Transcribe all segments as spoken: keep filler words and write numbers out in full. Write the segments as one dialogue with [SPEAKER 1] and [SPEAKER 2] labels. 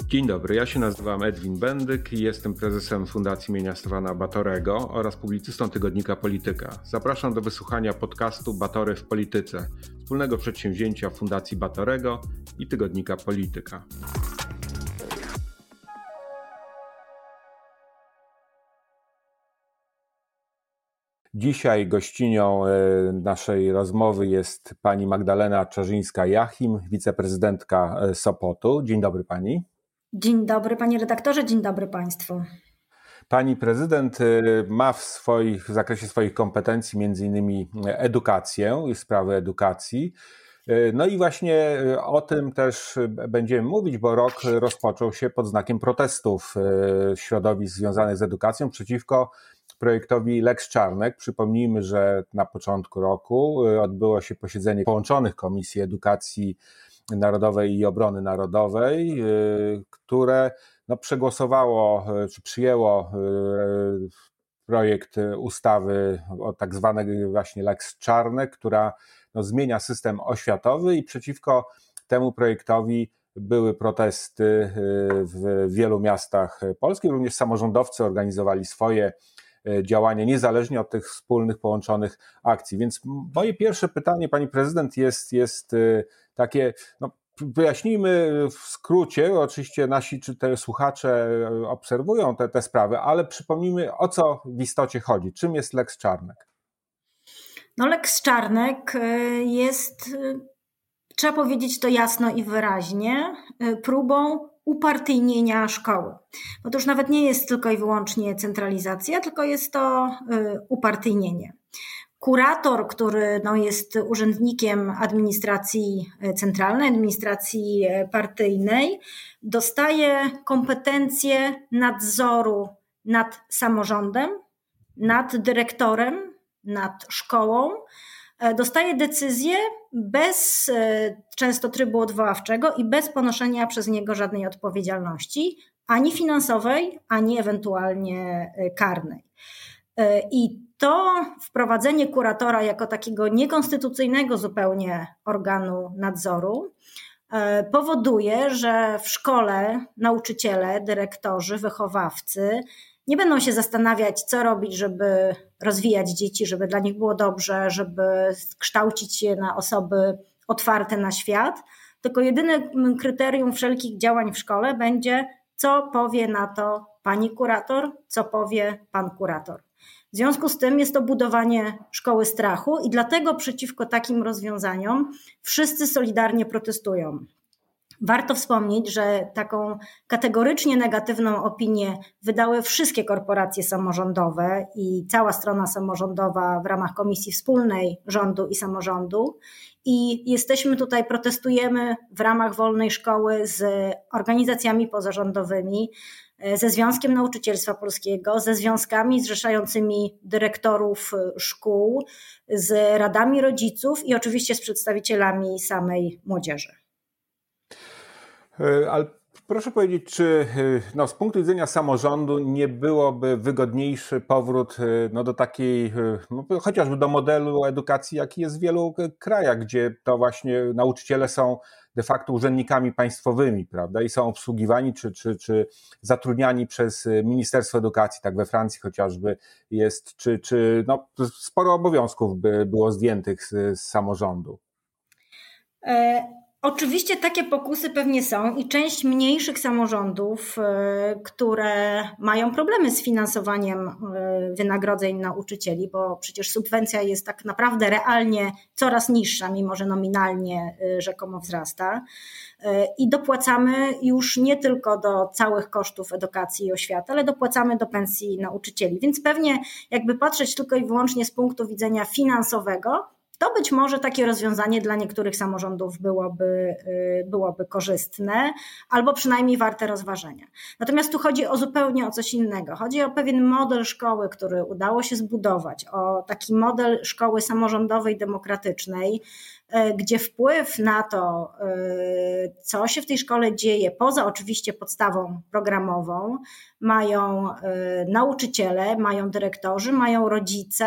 [SPEAKER 1] Dzień dobry, ja się nazywam Edwin Bendyk i jestem prezesem Fundacji imienia Stefana Batorego oraz publicystą tygodnika Polityka. Zapraszam do wysłuchania podcastu Batory w Polityce, wspólnego przedsięwzięcia Fundacji Batorego i tygodnika Polityka. Dzisiaj gościnią naszej rozmowy jest pani Magdalena Czarzyńska-Jachim, wiceprezydentka Sopotu. Dzień dobry pani.
[SPEAKER 2] Dzień dobry panie redaktorze, dzień dobry państwu.
[SPEAKER 1] Pani prezydent ma w, swoich, w zakresie swoich kompetencji między innymi edukację i sprawy edukacji. No i właśnie o tym też będziemy mówić, bo rok rozpoczął się pod znakiem protestów środowisk związanych z edukacją przeciwko projektowi Lex Czarnek. Przypomnijmy, że na początku roku odbyło się posiedzenie połączonych Komisji Edukacji Narodowej i Obrony Narodowej, które no, przegłosowało czy przyjęło projekt ustawy o tak zwanej właśnie Lex Czarnek, która no, zmienia system oświatowy i przeciwko temu projektowi były protesty w wielu miastach polskich. Również samorządowcy organizowali swoje działania niezależnie od tych wspólnych, połączonych akcji. Więc moje pierwsze pytanie, pani prezydent, jest, jest takie, no, wyjaśnijmy w skrócie, oczywiście nasi czy te słuchacze obserwują te, te sprawy, ale przypomnijmy, o co w istocie chodzi. Czym jest Lex Czarnek?
[SPEAKER 2] No Lex Czarnek jest, trzeba powiedzieć to jasno i wyraźnie, próbą upartyjnienia szkoły. Bo to już nawet nie jest tylko i wyłącznie centralizacja, tylko jest to upartyjnienie. Kurator, który no, jest urzędnikiem administracji centralnej, administracji partyjnej, dostaje kompetencje nadzoru nad samorządem, nad dyrektorem, nad szkołą. Dostaje decyzje bez często trybu odwoławczego i bez ponoszenia przez niego żadnej odpowiedzialności, ani finansowej, ani ewentualnie karnej. I to wprowadzenie kuratora jako takiego niekonstytucyjnego zupełnie organu nadzoru powoduje, że w szkole nauczyciele, dyrektorzy, wychowawcy nie będą się zastanawiać, co robić, żeby rozwijać dzieci, żeby dla nich było dobrze, żeby kształcić je na osoby otwarte na świat, tylko jedynym kryterium wszelkich działań w szkole będzie, co powie na to pani kurator, co powie pan kurator. W związku z tym jest to budowanie szkoły strachu i dlatego przeciwko takim rozwiązaniom wszyscy solidarnie protestują. Warto wspomnieć, że taką kategorycznie negatywną opinię wydały wszystkie korporacje samorządowe i cała strona samorządowa w ramach Komisji Wspólnej Rządu i Samorządu. I jesteśmy tutaj, protestujemy w ramach Wolnej Szkoły z organizacjami pozarządowymi, ze Związkiem Nauczycielstwa Polskiego, ze związkami zrzeszającymi dyrektorów szkół, z radami rodziców i oczywiście z przedstawicielami samej młodzieży.
[SPEAKER 1] Ale proszę powiedzieć, czy no, z punktu widzenia samorządu nie byłoby wygodniejszy powrót no, do takiej, no, chociażby do modelu edukacji, jaki jest w wielu krajach, gdzie to właśnie nauczyciele są de facto urzędnikami państwowymi, prawda, i są obsługiwani czy, czy, czy zatrudniani przez Ministerstwo Edukacji, tak we Francji chociażby jest, czy, czy no, sporo obowiązków by było zdjętych z, z samorządu.
[SPEAKER 2] E- Oczywiście takie pokusy pewnie są i część mniejszych samorządów, które mają problemy z finansowaniem wynagrodzeń nauczycieli, bo przecież subwencja jest tak naprawdę realnie coraz niższa, mimo że nominalnie rzekomo wzrasta. I dopłacamy już nie tylko do całych kosztów edukacji i oświaty, ale dopłacamy do pensji nauczycieli. Więc pewnie jakby patrzeć tylko i wyłącznie z punktu widzenia finansowego, to być może takie rozwiązanie dla niektórych samorządów byłoby, byłoby korzystne albo przynajmniej warte rozważenia. Natomiast tu chodzi o zupełnie o coś innego. Chodzi o pewien model szkoły, który udało się zbudować, o taki model szkoły samorządowej, demokratycznej, gdzie wpływ na to, co się w tej szkole dzieje, poza oczywiście podstawą programową, mają nauczyciele, mają dyrektorzy, mają rodzice,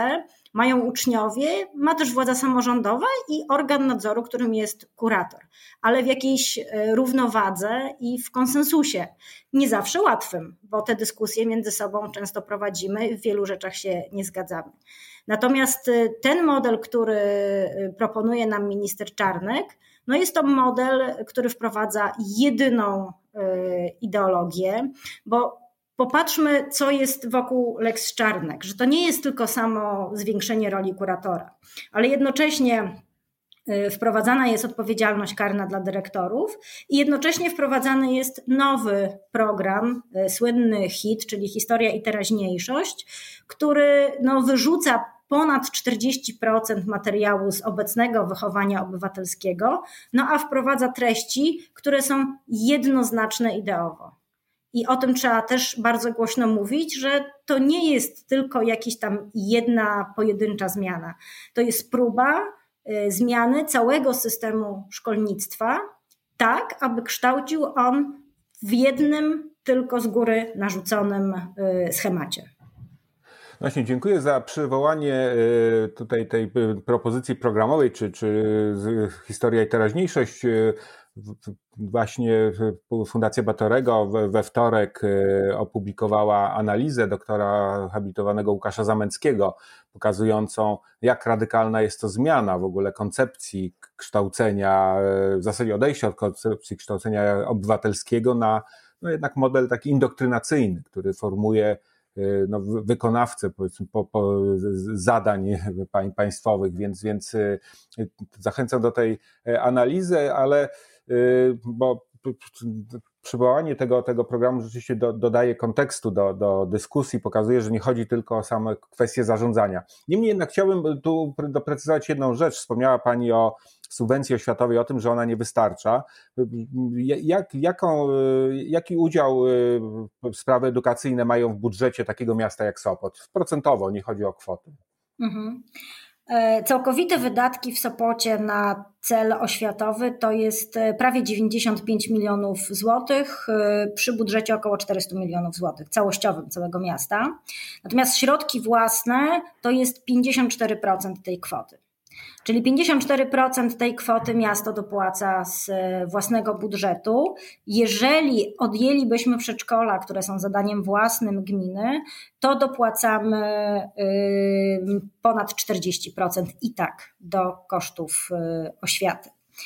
[SPEAKER 2] mają uczniowie, ma też władza samorządowa i organ nadzoru, którym jest kurator, ale w jakiejś równowadze i w konsensusie. Nie zawsze łatwym, bo te dyskusje między sobą często prowadzimy, w wielu rzeczach się nie zgadzamy. Natomiast ten model, który proponuje nam minister Czarnek, no jest to model, który wprowadza jedyną ideologię, bo popatrzmy, co jest wokół Lex Czarnek, że to nie jest tylko samo zwiększenie roli kuratora, ale jednocześnie wprowadzana jest odpowiedzialność karna dla dyrektorów i jednocześnie wprowadzany jest nowy program, słynny hit, czyli Historia i teraźniejszość, który no, wyrzuca ponad czterdzieści procent materiału z obecnego wychowania obywatelskiego, no a wprowadza treści, które są jednoznaczne ideowo. I o tym trzeba też bardzo głośno mówić, że to nie jest tylko jakaś tam jedna pojedyncza zmiana. To jest próba zmiany całego systemu szkolnictwa tak, aby kształcił on w jednym tylko z góry narzuconym schemacie.
[SPEAKER 1] Właśnie, dziękuję za przywołanie tutaj tej propozycji programowej, czy, czy Historia i teraźniejszość. Właśnie Fundacja Batorego we wtorek opublikowała analizę doktora habilitowanego Łukasza Zamęckiego, pokazującą, jak radykalna jest to zmiana w ogóle koncepcji kształcenia, w zasadzie odejścia od koncepcji kształcenia obywatelskiego na no jednak model taki indoktrynacyjny, który formuje no, wykonawcę powiedzmy, po, po zadań państwowych, więc, więc zachęcam do tej analizy, ale bo przywołanie tego, tego programu rzeczywiście do, dodaje kontekstu do, do dyskusji, pokazuje, że nie chodzi tylko o same kwestie zarządzania. Niemniej jednak chciałbym tu doprecyzować jedną rzecz. Wspomniała Pani o subwencji oświatowej, o tym, że ona nie wystarcza. Jak, jaką, jaki udział sprawy edukacyjne mają w budżecie takiego miasta jak Sopot? Procentowo, nie chodzi o kwoty. Mhm.
[SPEAKER 2] Całkowite wydatki w Sopocie na cel oświatowy to jest prawie dziewięćdziesiąt pięć milionów złotych przy budżecie około czterysta milionów złotych całościowym całego miasta. Natomiast środki własne to jest pięćdziesiąt cztery procent tej kwoty. Czyli pięćdziesiąt cztery procent tej kwoty miasto dopłaca z własnego budżetu. Jeżeli odjęlibyśmy przedszkola, które są zadaniem własnym gminy, to dopłacamy ponad czterdzieści procent i tak do kosztów oświaty.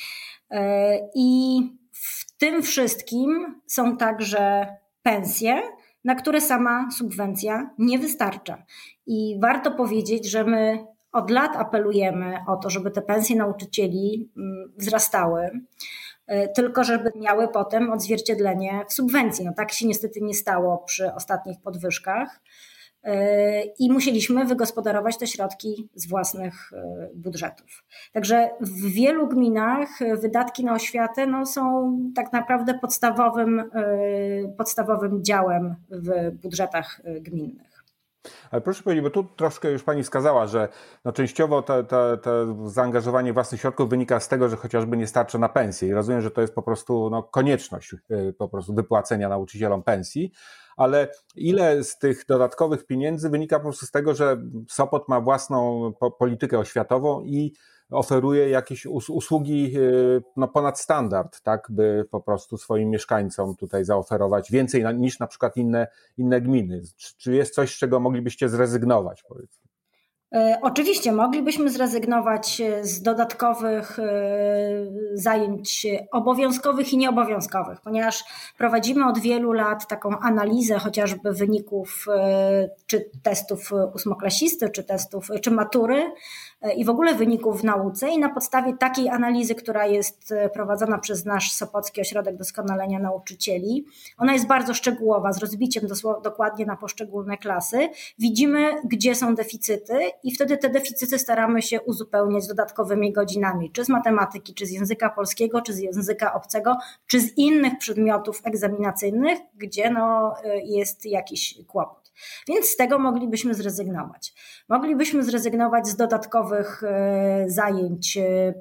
[SPEAKER 2] I w tym wszystkim są także pensje, na które sama subwencja nie wystarcza. I warto powiedzieć, że my od lat apelujemy o to, żeby te pensje nauczycieli wzrastały, tylko żeby miały potem odzwierciedlenie w subwencji. No tak się niestety nie stało przy ostatnich podwyżkach i musieliśmy wygospodarować te środki z własnych budżetów. Także w wielu gminach wydatki na oświatę no, są tak naprawdę podstawowym, podstawowym działem w budżetach gminnych.
[SPEAKER 1] Ale proszę powiedzieć, bo tu troszkę już Pani wskazała, że no częściowo to, to, to zaangażowanie własnych środków wynika z tego, że chociażby nie starczy na pensję i rozumiem, że to jest po prostu no, konieczność po prostu wypłacenia nauczycielom pensji, ale ile z tych dodatkowych pieniędzy wynika po prostu z tego, że Sopot ma własną politykę oświatową i oferuje jakieś usługi no, ponad standard, tak, by po prostu swoim mieszkańcom tutaj zaoferować więcej niż na przykład inne, inne gminy. Czy jest coś, z czego moglibyście zrezygnować, powiedzmy?
[SPEAKER 2] Oczywiście moglibyśmy zrezygnować z dodatkowych zajęć obowiązkowych i nieobowiązkowych, ponieważ prowadzimy od wielu lat taką analizę chociażby wyników czy testów ósmoklasisty, czy testów, czy matury i w ogóle wyników w nauce i na podstawie takiej analizy, która jest prowadzona przez nasz Sopocki Ośrodek Doskonalenia Nauczycieli, ona jest bardzo szczegółowa, z rozbiciem dosł- dokładnie na poszczególne klasy. Widzimy, gdzie są deficyty i wtedy te deficyty staramy się uzupełniać dodatkowymi godzinami, czy z matematyki, czy z języka polskiego, czy z języka obcego, czy z innych przedmiotów egzaminacyjnych, gdzie no, jest jakiś kłopot. Więc z tego moglibyśmy zrezygnować. Moglibyśmy zrezygnować z dodatkowych zajęć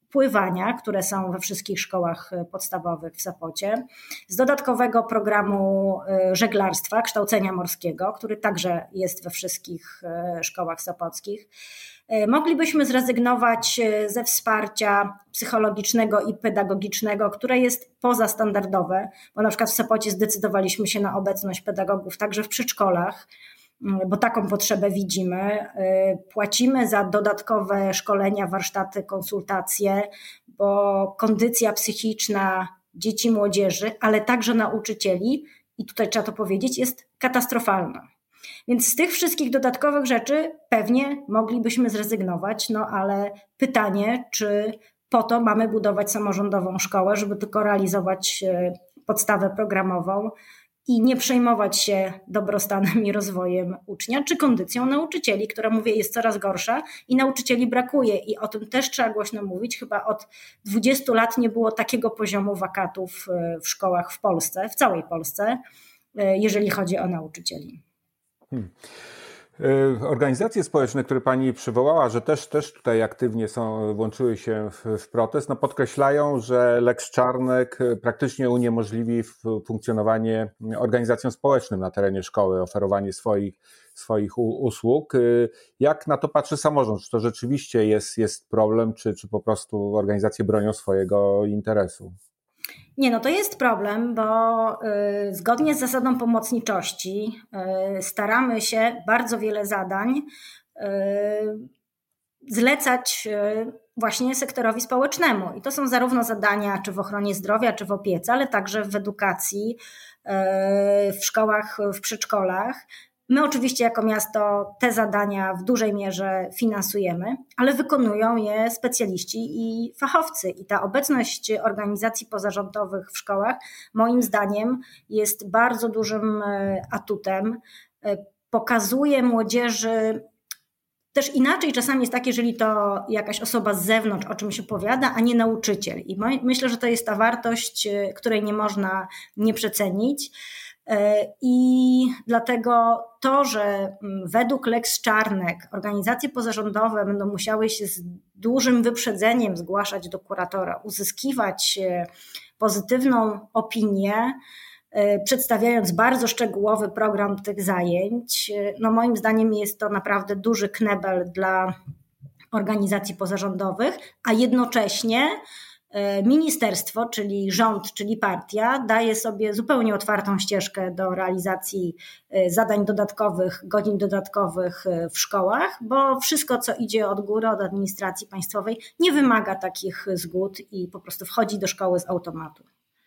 [SPEAKER 2] pływania, które są we wszystkich szkołach podstawowych w Sopocie, z dodatkowego programu żeglarstwa, kształcenia morskiego, który także jest we wszystkich szkołach sopockich. Moglibyśmy zrezygnować ze wsparcia psychologicznego i pedagogicznego, które jest pozastandardowe, bo na przykład w Sopocie zdecydowaliśmy się na obecność pedagogów także w przedszkolach, bo taką potrzebę widzimy. Płacimy za dodatkowe szkolenia, warsztaty, konsultacje, bo kondycja psychiczna dzieci, młodzieży, ale także nauczycieli, i tutaj trzeba to powiedzieć, jest katastrofalna. Więc z tych wszystkich dodatkowych rzeczy pewnie moglibyśmy zrezygnować, no ale pytanie, czy po to mamy budować samorządową szkołę, żeby tylko realizować podstawę programową i nie przejmować się dobrostanem i rozwojem ucznia, czy kondycją nauczycieli, która, mówię, jest coraz gorsza i nauczycieli brakuje i o tym też trzeba głośno mówić. Chyba od dwudziestu lat nie było takiego poziomu wakatów w szkołach w Polsce, w całej Polsce, jeżeli chodzi o nauczycieli.
[SPEAKER 1] Hmm. Organizacje społeczne, które pani przywołała, że też, też tutaj aktywnie są, włączyły się w, w protest, no podkreślają, że Lex Czarnek praktycznie uniemożliwi funkcjonowanie organizacjom społecznym na terenie szkoły, oferowanie swoich, swoich usług. Jak na to patrzy samorząd? Czy to rzeczywiście jest, jest problem, czy, czy po prostu organizacje bronią swojego interesu?
[SPEAKER 2] Nie, no to jest problem, bo y, zgodnie z zasadą pomocniczości y, staramy się bardzo wiele zadań y, zlecać y, właśnie sektorowi społecznemu. I to są zarówno zadania czy w ochronie zdrowia, czy w opiece, ale także w edukacji, y, w szkołach, w przedszkolach. My oczywiście jako miasto te zadania w dużej mierze finansujemy, ale wykonują je specjaliści i fachowcy. I ta obecność organizacji pozarządowych w szkołach moim zdaniem jest bardzo dużym atutem. Pokazuje młodzieży też inaczej czasami jest tak, jeżeli to jakaś osoba z zewnątrz o czymś opowiada, a nie nauczyciel. I myślę, że to jest ta wartość, której nie można nie przecenić. I dlatego to, że według Lex Czarnek organizacje pozarządowe będą musiały się z dużym wyprzedzeniem zgłaszać do kuratora, uzyskiwać pozytywną opinię, przedstawiając bardzo szczegółowy program tych zajęć, no moim zdaniem jest to naprawdę duży knebel dla organizacji pozarządowych, a jednocześnie ministerstwo, czyli rząd, czyli partia daje sobie zupełnie otwartą ścieżkę do realizacji zadań dodatkowych, godzin dodatkowych w szkołach, bo wszystko, co idzie od góry, od administracji państwowej, nie wymaga takich zgód i po prostu wchodzi do szkoły z automatu.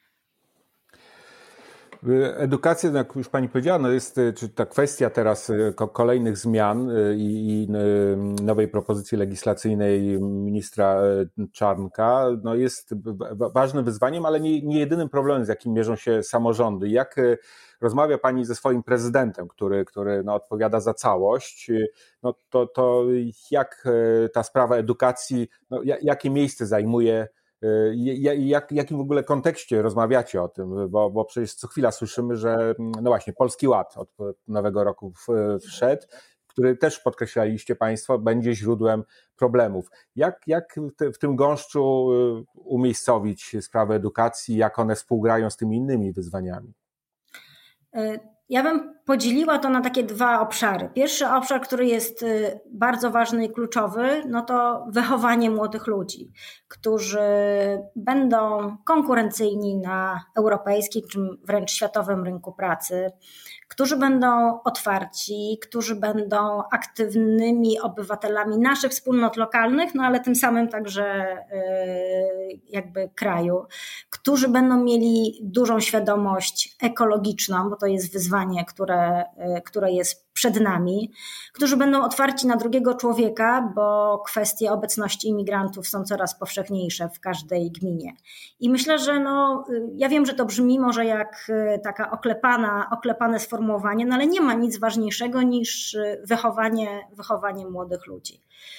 [SPEAKER 1] Edukacja, jak już pani powiedziała, no jest, czy ta kwestia teraz kolejnych zmian i nowej propozycji legislacyjnej ministra Czarnka, no jest ważnym wyzwaniem, ale nie, nie jedynym problemem, z jakim mierzą się samorządy. Jak rozmawia pani ze swoim prezydentem, który, który no odpowiada za całość, no to, to jak ta sprawa edukacji, no jakie miejsce zajmuje? Jak, jakim w ogóle kontekście rozmawiacie o tym? Bo, bo przecież co chwila słyszymy, że no właśnie Polski Ład od nowego roku wszedł, który też podkreślaliście państwo, będzie źródłem problemów. Jak, jak w tym gąszczu umiejscowić sprawy edukacji, jak one współgrają z tymi innymi wyzwaniami?
[SPEAKER 2] Ja bym podzieliła to na takie dwa obszary. Pierwszy obszar, który jest bardzo ważny i kluczowy, no to wychowanie młodych ludzi, którzy będą konkurencyjni na europejskim czy wręcz światowym rynku pracy, którzy będą otwarci, którzy będą aktywnymi obywatelami naszych wspólnot lokalnych, no ale tym samym także jakby kraju, którzy będą mieli dużą świadomość ekologiczną, bo to jest wyzwanie, które, które jest przed nami, którzy będą otwarci na drugiego człowieka, bo kwestie obecności imigrantów są coraz powszechniejsze w każdej gminie. I myślę, że no, ja wiem, że to brzmi może jak taka oklepana, oklepane sformułowanie, no ale nie ma nic ważniejszego niż wychowanie, wychowanie młodych ludzi.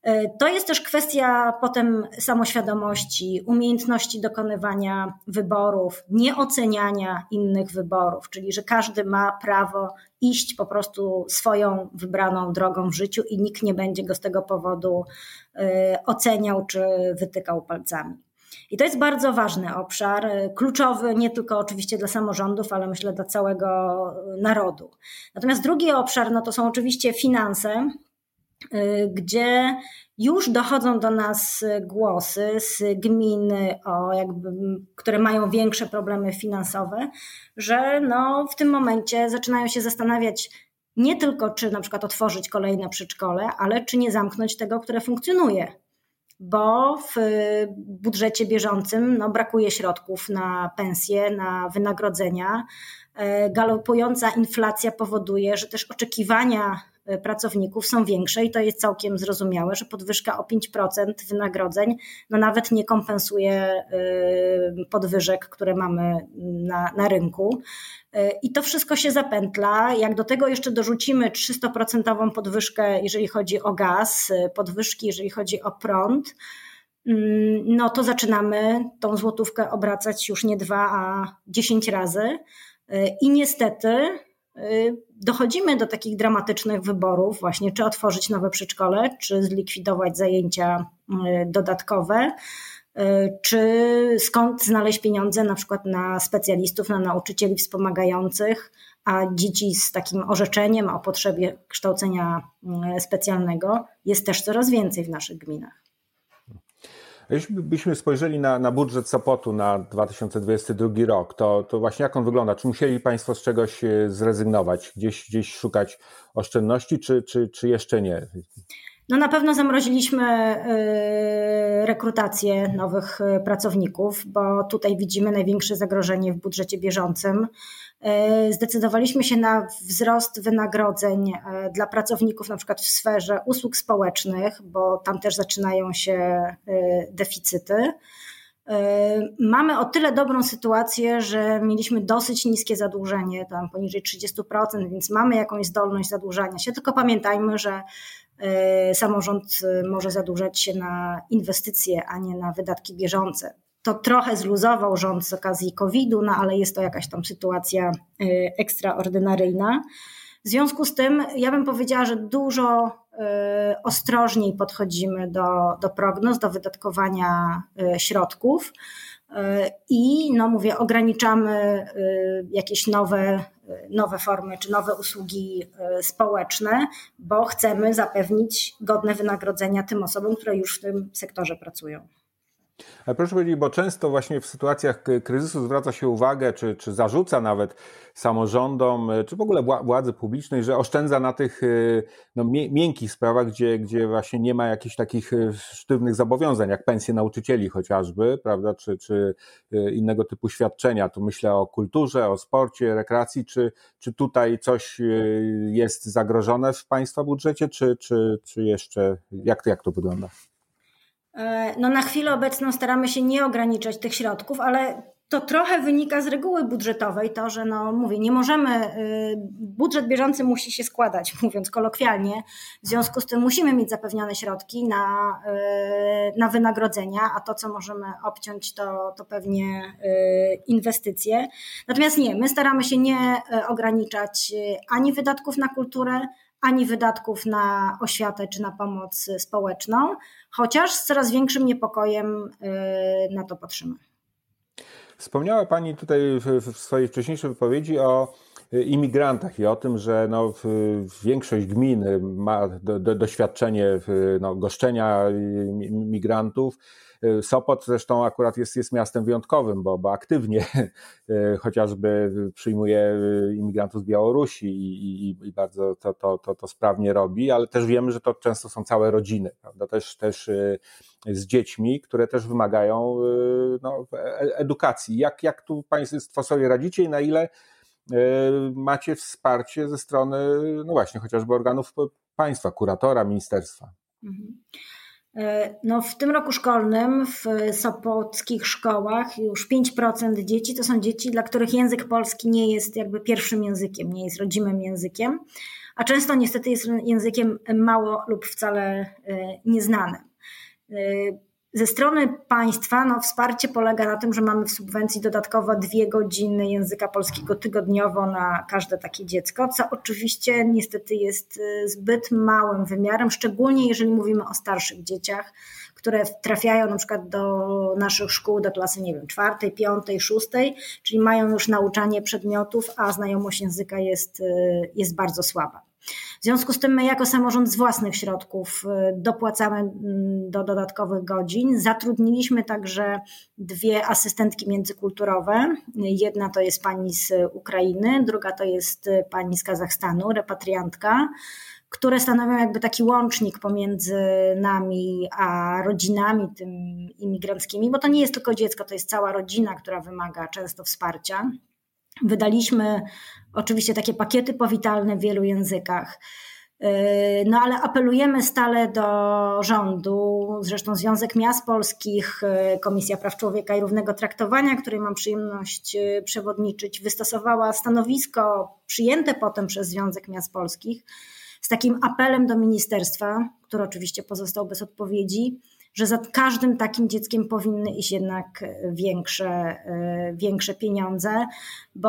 [SPEAKER 2] To jest też kwestia potem samoświadomości, umiejętności dokonywania wyborów, nieoceniania innych wyborów, czyli że każdy ma prawo iść po prostu swoją wybraną drogą w życiu i nikt nie będzie go z tego powodu oceniał czy wytykał palcami. I to jest bardzo ważny obszar, kluczowy nie tylko oczywiście dla samorządów, ale myślę dla całego narodu. Natomiast drugi obszar no to są oczywiście finanse, gdzie już dochodzą do nas głosy z gmin, o jakby, które mają większe problemy finansowe, że no w tym momencie zaczynają się zastanawiać nie tylko, czy na przykład otworzyć kolejne przedszkole, ale czy nie zamknąć tego, które funkcjonuje. Bo w budżecie bieżącym no, brakuje środków na pensje, na wynagrodzenia. Galopująca inflacja powoduje, że też oczekiwania pracowników są większe i to jest całkiem zrozumiałe, że podwyżka o pięć procent wynagrodzeń no nawet nie kompensuje podwyżek, które mamy na, na rynku. I to wszystko się zapętla. Jak do tego jeszcze dorzucimy trzysta procent podwyżkę, jeżeli chodzi o gaz, podwyżki, jeżeli chodzi o prąd, no to zaczynamy tą złotówkę obracać już nie dwa, a dziesięć razy. I niestety dochodzimy do takich dramatycznych wyborów właśnie, czy otworzyć nowe przedszkole, czy zlikwidować zajęcia dodatkowe, czy skąd znaleźć pieniądze na przykład na specjalistów, na nauczycieli wspomagających, a dzieci z takim orzeczeniem o potrzebie kształcenia specjalnego jest też coraz więcej w naszych gminach.
[SPEAKER 1] Jeśli byśmy spojrzeli na, na budżet Sopotu na dwa tysiące dwudziesty drugi rok, to, to właśnie jak on wygląda? Czy musieli Państwo z czegoś zrezygnować, gdzieś, gdzieś szukać oszczędności, czy, czy, czy jeszcze nie?
[SPEAKER 2] No na pewno zamroziliśmy rekrutację nowych pracowników, bo tutaj widzimy największe zagrożenie w budżecie bieżącym. Zdecydowaliśmy się na wzrost wynagrodzeń dla pracowników na przykład w sferze usług społecznych, bo tam też zaczynają się deficyty. Mamy o tyle dobrą sytuację, że mieliśmy dosyć niskie zadłużenie, tam poniżej trzydzieści procent, więc mamy jakąś zdolność zadłużania się, tylko pamiętajmy, że samorząd może zadłużać się na inwestycje, a nie na wydatki bieżące. To trochę zluzował rząd z okazji kowida, no ale jest to jakaś tam sytuacja ekstraordynaryjna. W związku z tym ja bym powiedziała, że dużo ostrożniej podchodzimy do, do prognoz, do wydatkowania środków i no mówię, ograniczamy jakieś nowe, nowe formy czy nowe usługi społeczne, bo chcemy zapewnić godne wynagrodzenia tym osobom, które już w tym sektorze pracują.
[SPEAKER 1] Ale proszę powiedzieć, bo często właśnie w sytuacjach kryzysu zwraca się uwagę, czy, czy zarzuca nawet samorządom, czy w ogóle władzy publicznej, że oszczędza na tych no, miękkich sprawach, gdzie, gdzie właśnie nie ma jakichś takich sztywnych zobowiązań, jak pensje nauczycieli chociażby, prawda, czy, czy innego typu świadczenia. Tu myślę o kulturze, o sporcie, rekreacji. Czy, czy tutaj coś jest zagrożone w Państwa budżecie, czy, czy, czy jeszcze, jak, jak to wygląda?
[SPEAKER 2] No na chwilę obecną staramy się nie ograniczać tych środków, ale to trochę wynika z reguły budżetowej, to, że no mówię, nie możemy, budżet bieżący musi się składać, mówiąc kolokwialnie, w związku z tym musimy mieć zapewnione środki na, na wynagrodzenia, a to, co możemy obciąć, to, to pewnie inwestycje. Natomiast nie, my staramy się nie ograniczać ani wydatków na kulturę, ani wydatków na oświatę czy na pomoc społeczną, chociaż z coraz większym niepokojem na to patrzymy. Wspomniała
[SPEAKER 1] Pani tutaj w swojej wcześniejszej wypowiedzi o imigrantach i o tym, że no, większość gmin ma do, do, doświadczenie no, goszczenia migrantów. Sopot zresztą akurat jest, jest miastem wyjątkowym, bo, bo aktywnie chociażby przyjmuje imigrantów z Białorusi i, i, i bardzo to, to, to, to sprawnie robi, ale też wiemy, że to często są całe rodziny, prawda? Też, też z dziećmi, które też wymagają no, edukacji. Jak, jak tu Państwo sobie radzicie i na ile macie wsparcie ze strony, no właśnie, chociażby organów państwa, kuratora, ministerstwa? Mhm.
[SPEAKER 2] No w tym roku szkolnym w sopockich szkołach już pięć procent dzieci to są dzieci, dla których język polski nie jest jakby pierwszym językiem, nie jest rodzimym językiem. a często niestety jest językiem mało lub wcale nieznanym. Ze strony państwa no, wsparcie polega na tym, że mamy w subwencji dodatkowo dwie godziny języka polskiego tygodniowo na każde takie dziecko, co oczywiście niestety jest zbyt małym wymiarem, szczególnie jeżeli mówimy o starszych dzieciach, które trafiają na przykład do naszych szkół, do klasy, nie wiem, czwartej, piątej, szóstej, czyli mają już nauczanie przedmiotów, a znajomość języka jest, jest bardzo słaba. W związku z tym my jako samorząd z własnych środków dopłacamy do dodatkowych godzin. Zatrudniliśmy także dwie asystentki międzykulturowe. Jedna to jest pani z Ukrainy, druga to jest pani z Kazachstanu, repatriantka, które stanowią jakby taki łącznik pomiędzy nami a rodzinami tym imigranckimi, bo to nie jest tylko dziecko, to jest cała rodzina, która wymaga często wsparcia. Wydaliśmy oczywiście takie pakiety powitalne w wielu językach, no ale apelujemy stale do rządu, zresztą Związek Miast Polskich, Komisja Praw Człowieka i Równego Traktowania, której mam przyjemność przewodniczyć, wystosowała stanowisko przyjęte potem przez Związek Miast Polskich z takim apelem do ministerstwa, który oczywiście pozostał bez odpowiedzi, że za każdym takim dzieckiem powinny iść jednak większe, większe pieniądze, bo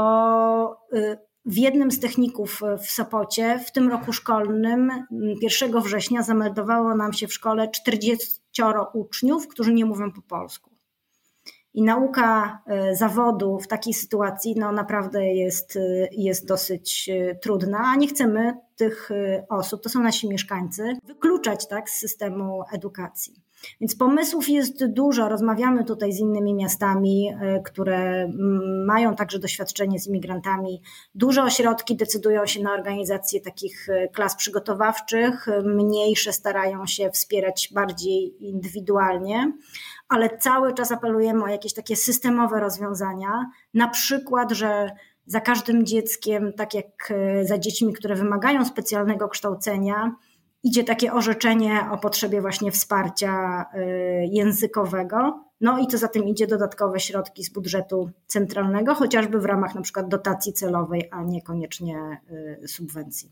[SPEAKER 2] w jednym z techników w Sopocie w tym roku szkolnym pierwszego września zameldowało nam się w szkole czterdzieścioro uczniów, którzy nie mówią po polsku. I nauka zawodu w takiej sytuacji no naprawdę jest, jest dosyć trudna, a nie chcemy tych osób, to są nasi mieszkańcy, wykluczać tak, z systemu edukacji. Więc pomysłów jest dużo. Rozmawiamy tutaj z innymi miastami, które mają także doświadczenie z imigrantami. Duże ośrodki decydują się na organizację takich klas przygotowawczych, mniejsze starają się wspierać bardziej indywidualnie, ale cały czas apelujemy o jakieś takie systemowe rozwiązania, na przykład, że za każdym dzieckiem, tak jak za dziećmi, które wymagają specjalnego kształcenia, idzie takie orzeczenie o potrzebie właśnie wsparcia językowego, no i co za tym idzie dodatkowe środki z budżetu centralnego, chociażby w ramach na przykład dotacji celowej, a niekoniecznie subwencji.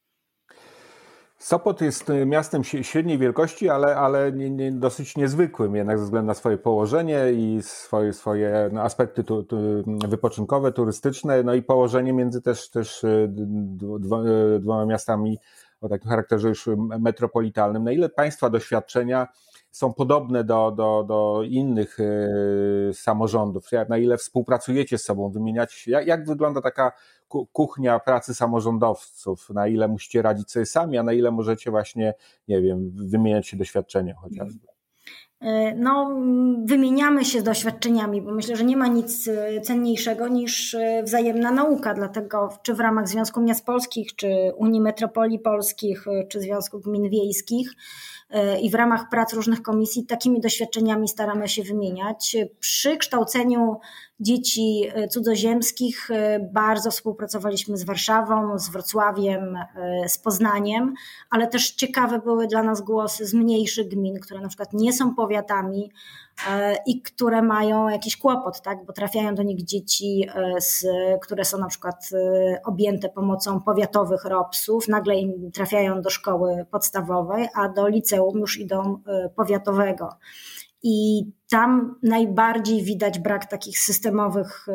[SPEAKER 1] Sopot jest miastem średniej wielkości, ale, ale nie, nie, dosyć niezwykłym jednak ze względu na swoje położenie i swoje, swoje no, aspekty tu, tu, wypoczynkowe, turystyczne, no i położenie między też, też dwo, dwoma miastami o takim charakterze już metropolitalnym. Na ile Państwa doświadczenia są podobne do, do, do innych y, samorządów? Na ile współpracujecie z sobą, wymieniacie się? Jak, jak wygląda taka kuchnia pracy samorządowców? Na ile musicie radzić sobie sami, a na ile możecie właśnie, nie wiem, wymieniać się doświadczeniem chociażby?
[SPEAKER 2] No, wymieniamy się doświadczeniami, bo myślę, że nie ma nic cenniejszego niż wzajemna nauka, dlatego czy w ramach Związku Miast Polskich, czy Unii Metropolii Polskich, czy Związku Gmin Wiejskich i w ramach prac różnych komisji takimi doświadczeniami staramy się wymieniać. Przy kształceniu dzieci cudzoziemskich bardzo współpracowaliśmy z Warszawą, z Wrocławiem, z Poznaniem, ale też ciekawe były dla nas głosy z mniejszych gmin, które na przykład nie są powiatami i które mają jakiś kłopot, tak? Bo trafiają do nich dzieci, z, które są na przykład objęte pomocą powiatowych ROPS-ów, nagle im trafiają do szkoły podstawowej, a do liceum już idą powiatowego. I tam najbardziej widać brak takich systemowych,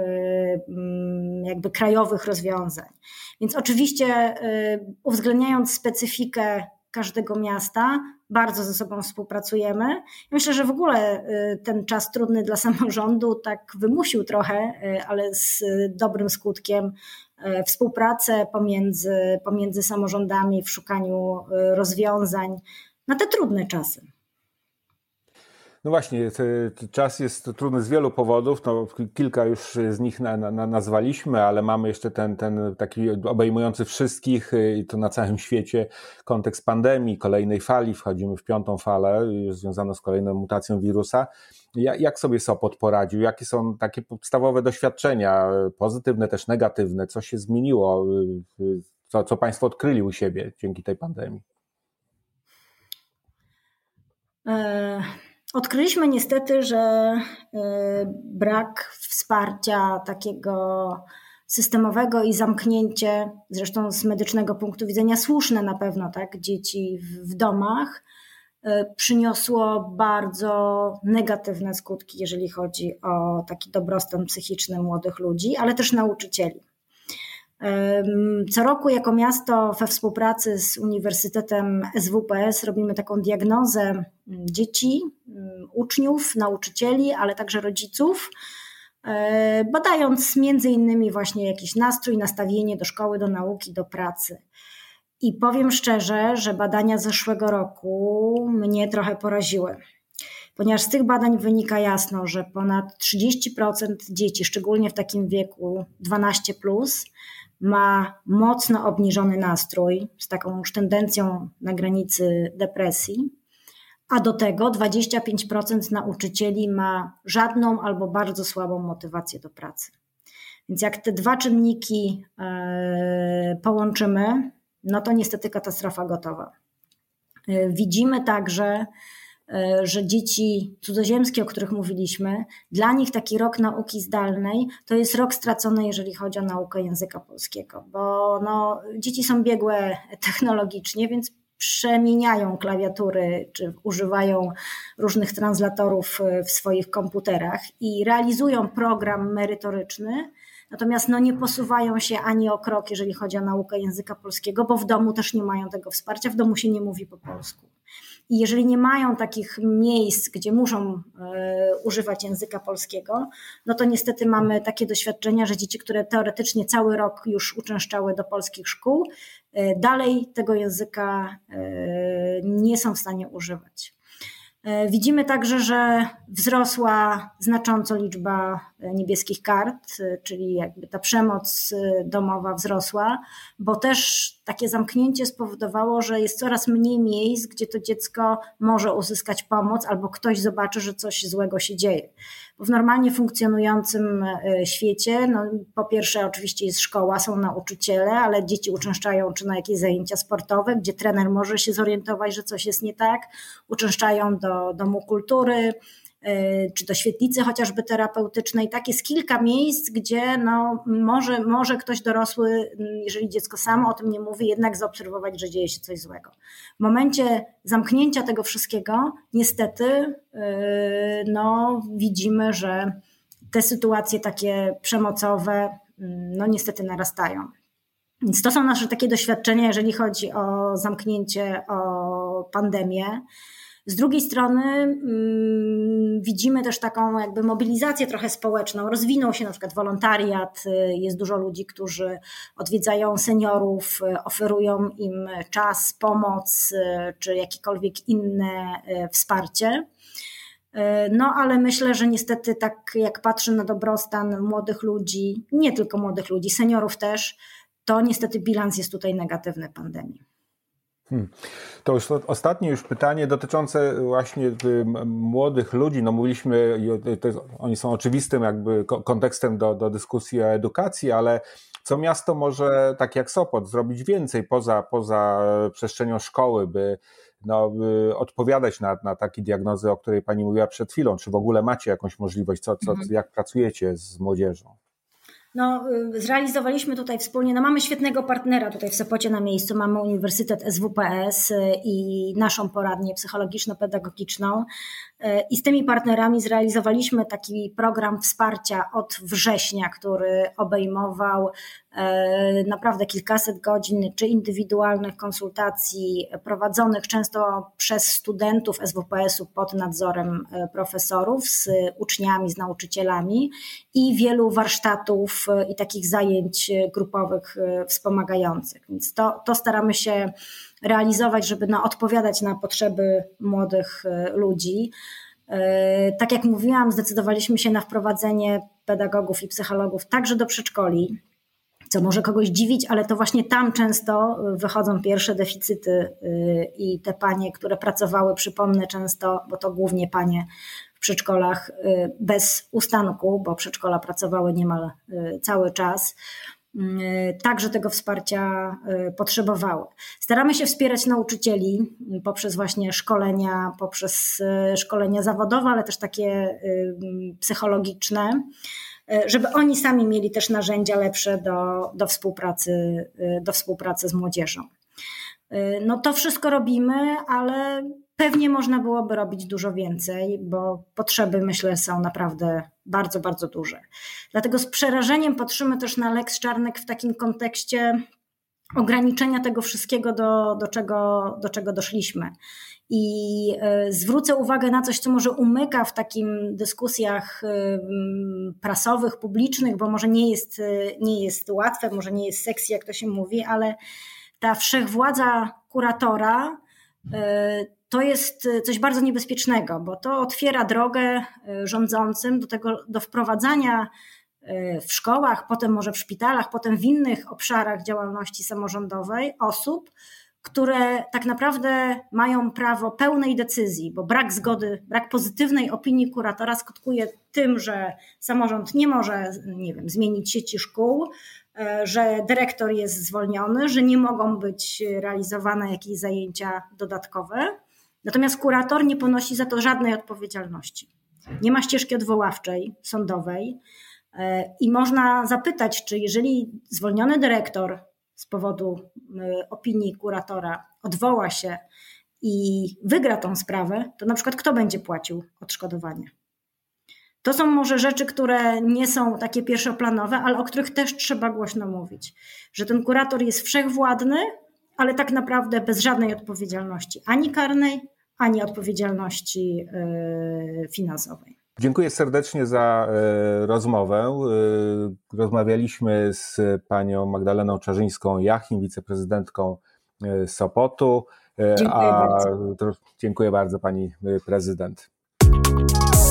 [SPEAKER 2] jakby krajowych rozwiązań. Więc oczywiście uwzględniając specyfikę każdego miasta, bardzo ze sobą współpracujemy. Myślę, że w ogóle ten czas trudny dla samorządu tak wymusił trochę, ale z dobrym skutkiem, współpracę pomiędzy, pomiędzy samorządami w szukaniu rozwiązań na te trudne czasy.
[SPEAKER 1] No właśnie, czas jest trudny z wielu powodów, no, kilka już z nich na, na, nazwaliśmy, ale mamy jeszcze ten, ten taki obejmujący wszystkich i to na całym świecie kontekst pandemii, kolejnej fali, wchodzimy w piątą falę związaną z kolejną mutacją wirusa. Jak sobie Sopot poradził? Jakie są takie podstawowe doświadczenia, pozytywne też negatywne? Co się zmieniło? Co, co Państwo odkryli u siebie dzięki tej pandemii?
[SPEAKER 2] E... Odkryliśmy niestety, że brak wsparcia takiego systemowego i zamknięcie, zresztą z medycznego punktu widzenia słuszne na pewno, tak, dzieci w, w domach, przyniosło bardzo negatywne skutki, jeżeli chodzi o taki dobrostan psychiczny młodych ludzi, ale też nauczycieli. Co roku jako miasto we współpracy z Uniwersytetem S W P S robimy taką diagnozę dzieci, uczniów, nauczycieli, ale także rodziców, badając między innymi właśnie jakiś nastrój, nastawienie do szkoły, do nauki, do pracy. I powiem szczerze, że badania z zeszłego roku mnie trochę poraziły, ponieważ z tych badań wynika jasno, że ponad trzydzieści procent dzieci, szczególnie w takim wieku dwanaście plus, ma mocno obniżony nastrój z taką już tendencją na granicy depresji, a do tego dwadzieścia pięć procent nauczycieli ma żadną albo bardzo słabą motywację do pracy. Więc jak te dwa czynniki połączymy, no to niestety katastrofa gotowa. Widzimy także, że dzieci cudzoziemskie, o których mówiliśmy, dla nich taki rok nauki zdalnej to jest rok stracony, jeżeli chodzi o naukę języka polskiego, bo no, dzieci są biegłe technologicznie, więc przemieniają klawiatury, czy używają różnych translatorów w swoich komputerach i realizują program merytoryczny, natomiast no nie posuwają się ani o krok, jeżeli chodzi o naukę języka polskiego, bo w domu też nie mają tego wsparcia, w domu się nie mówi po polsku. I jeżeli nie mają takich miejsc, gdzie muszą y, używać języka polskiego, no to niestety mamy takie doświadczenia, że dzieci, które teoretycznie cały rok już uczęszczały do polskich szkół, y, dalej tego języka y, nie są w stanie używać. Widzimy także, że wzrosła znacząco liczba niebieskich kart, czyli jakby ta przemoc domowa wzrosła, bo też takie zamknięcie spowodowało, że jest coraz mniej miejsc, gdzie to dziecko może uzyskać pomoc albo ktoś zobaczy, że coś złego się dzieje. Bo w normalnie funkcjonującym świecie, no po pierwsze oczywiście jest szkoła, są nauczyciele, ale dzieci uczęszczają czy na jakieś zajęcia sportowe, gdzie trener może się zorientować, że coś jest nie tak, uczęszczają do domu kultury, czy do świetlicy chociażby terapeutycznej. Tak jest kilka miejsc, gdzie no może, może ktoś dorosły, jeżeli dziecko samo o tym nie mówi, jednak zaobserwować, że dzieje się coś złego. W momencie zamknięcia tego wszystkiego niestety no, widzimy, że te sytuacje takie przemocowe no niestety narastają. Więc to są nasze takie doświadczenia, jeżeli chodzi o zamknięcie, o pandemię. Z drugiej strony hmm, widzimy też taką jakby mobilizację trochę społeczną. Rozwinął się na przykład wolontariat, jest dużo ludzi, którzy odwiedzają seniorów, oferują im czas, pomoc czy jakiekolwiek inne wsparcie. No ale myślę, że niestety tak jak patrzę na dobrostan młodych ludzi, nie tylko młodych ludzi, seniorów też, to niestety bilans jest tutaj negatywny pandemii.
[SPEAKER 1] Hmm. To już ostatnie już pytanie dotyczące właśnie młodych ludzi. No mówiliśmy, to jest, oni są oczywistym jakby kontekstem do, do dyskusji o edukacji, ale co miasto może, tak jak Sopot, zrobić więcej poza, poza przestrzenią szkoły, by, no, by odpowiadać na, na takie diagnozy, o której pani mówiła przed chwilą? Czy w ogóle macie jakąś możliwość, co, co, jak pracujecie z młodzieżą?
[SPEAKER 2] No, zrealizowaliśmy tutaj wspólnie, no mamy świetnego partnera tutaj w Sopocie na miejscu, mamy Uniwersytet S W P S i naszą poradnię psychologiczno-pedagogiczną i z tymi partnerami zrealizowaliśmy taki program wsparcia od września, który obejmował naprawdę kilkaset godzin czy indywidualnych konsultacji prowadzonych często przez studentów S W P S-u pod nadzorem profesorów z uczniami, z nauczycielami i wielu warsztatów i takich zajęć grupowych wspomagających. Więc to, to staramy się realizować, żeby no, odpowiadać na potrzeby młodych ludzi. Tak jak mówiłam, zdecydowaliśmy się na wprowadzenie pedagogów i psychologów także do przedszkoli, co może kogoś dziwić, ale to właśnie tam często wychodzą pierwsze deficyty i te panie, które pracowały, przypomnę często, bo to głównie panie w przedszkolach bez ustanku, bo przedszkola pracowały niemal cały czas, także tego wsparcia potrzebowały. Staramy się wspierać nauczycieli poprzez właśnie szkolenia, poprzez szkolenia zawodowe, ale też takie psychologiczne. żeby oni sami mieli też narzędzia lepsze do, do, współpracy, do współpracy z młodzieżą. No to wszystko robimy, ale pewnie można byłoby robić dużo więcej, bo potrzeby, myślę, są naprawdę bardzo, bardzo duże. Dlatego z przerażeniem patrzymy też na Lex Czarnek w takim kontekście ograniczenia tego wszystkiego, do, do, czego, do czego doszliśmy. I zwrócę uwagę na coś, co może umyka w takim dyskusjach prasowych, publicznych, bo może nie jest, nie jest łatwe, może nie jest sexy, jak to się mówi, ale ta wszechwładza kuratora to jest coś bardzo niebezpiecznego, bo to otwiera drogę rządzącym do tego, do wprowadzania w szkołach, potem może w szpitalach, potem w innych obszarach działalności samorządowej osób, które tak naprawdę mają prawo pełnej decyzji, bo brak zgody, brak pozytywnej opinii kuratora skutkuje tym, że samorząd nie może, nie wiem, zmienić sieci szkół, że dyrektor jest zwolniony, że nie mogą być realizowane jakieś zajęcia dodatkowe. Natomiast kurator nie ponosi za to żadnej odpowiedzialności. Nie ma ścieżki odwoławczej, sądowej i można zapytać, czy jeżeli zwolniony dyrektor z powodu opinii kuratora odwoła się i wygra tą sprawę, to na przykład kto będzie płacił odszkodowanie? To są może rzeczy, które nie są takie pierwszoplanowe, ale o których też trzeba głośno mówić. Że ten kurator jest wszechwładny, ale tak naprawdę bez żadnej odpowiedzialności, ani karnej, ani odpowiedzialności yy, finansowej.
[SPEAKER 1] Dziękuję serdecznie za y, rozmowę. Y, rozmawialiśmy z panią Magdaleną Czarzyńską-Jachim, wiceprezydentką y, Sopotu. Y,
[SPEAKER 2] dziękuję
[SPEAKER 1] a,
[SPEAKER 2] bardzo.
[SPEAKER 1] To, dziękuję bardzo pani prezydent.